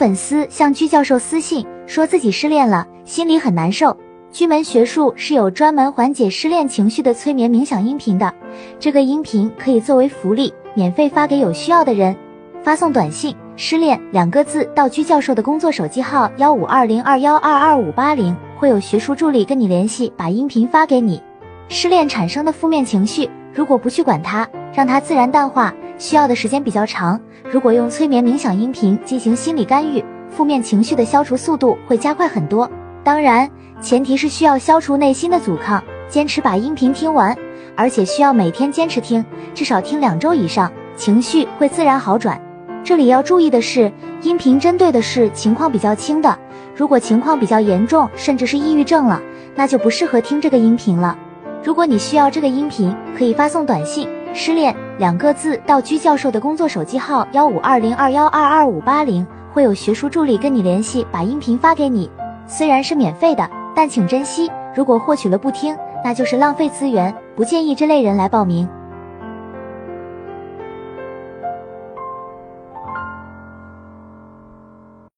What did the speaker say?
粉丝向居教授私信说自己失恋了，心里很难受。居门学术是有专门缓解失恋情绪的催眠冥想音频的，这个音频可以作为福利，免费发给有需要的人。发送短信“失恋”2个字到居教授的工作手机号152021222580，会有学术助理跟你联系，把音频发给你。失恋产生的负面情绪，如果不去管它，让它自然淡化，需要的时间比较长。如果用催眠冥想音频进行心理干预，负面情绪的消除速度会加快很多。当然，前提是需要消除内心的阻抗，坚持把音频听完，而且需要每天坚持听，至少听2周以上，情绪会自然好转。这里要注意的是，音频针对的是情况比较轻的，如果情况比较严重，甚至是抑郁症了，那就不适合听这个音频了。如果你需要这个音频，可以发送短信“失恋”2个字到居教授的工作手机号152021222580，会有学术助理跟你联系，把音频发给你。虽然是免费的，但请珍惜，如果获取了不听，那就是浪费资源，不建议这类人来报名。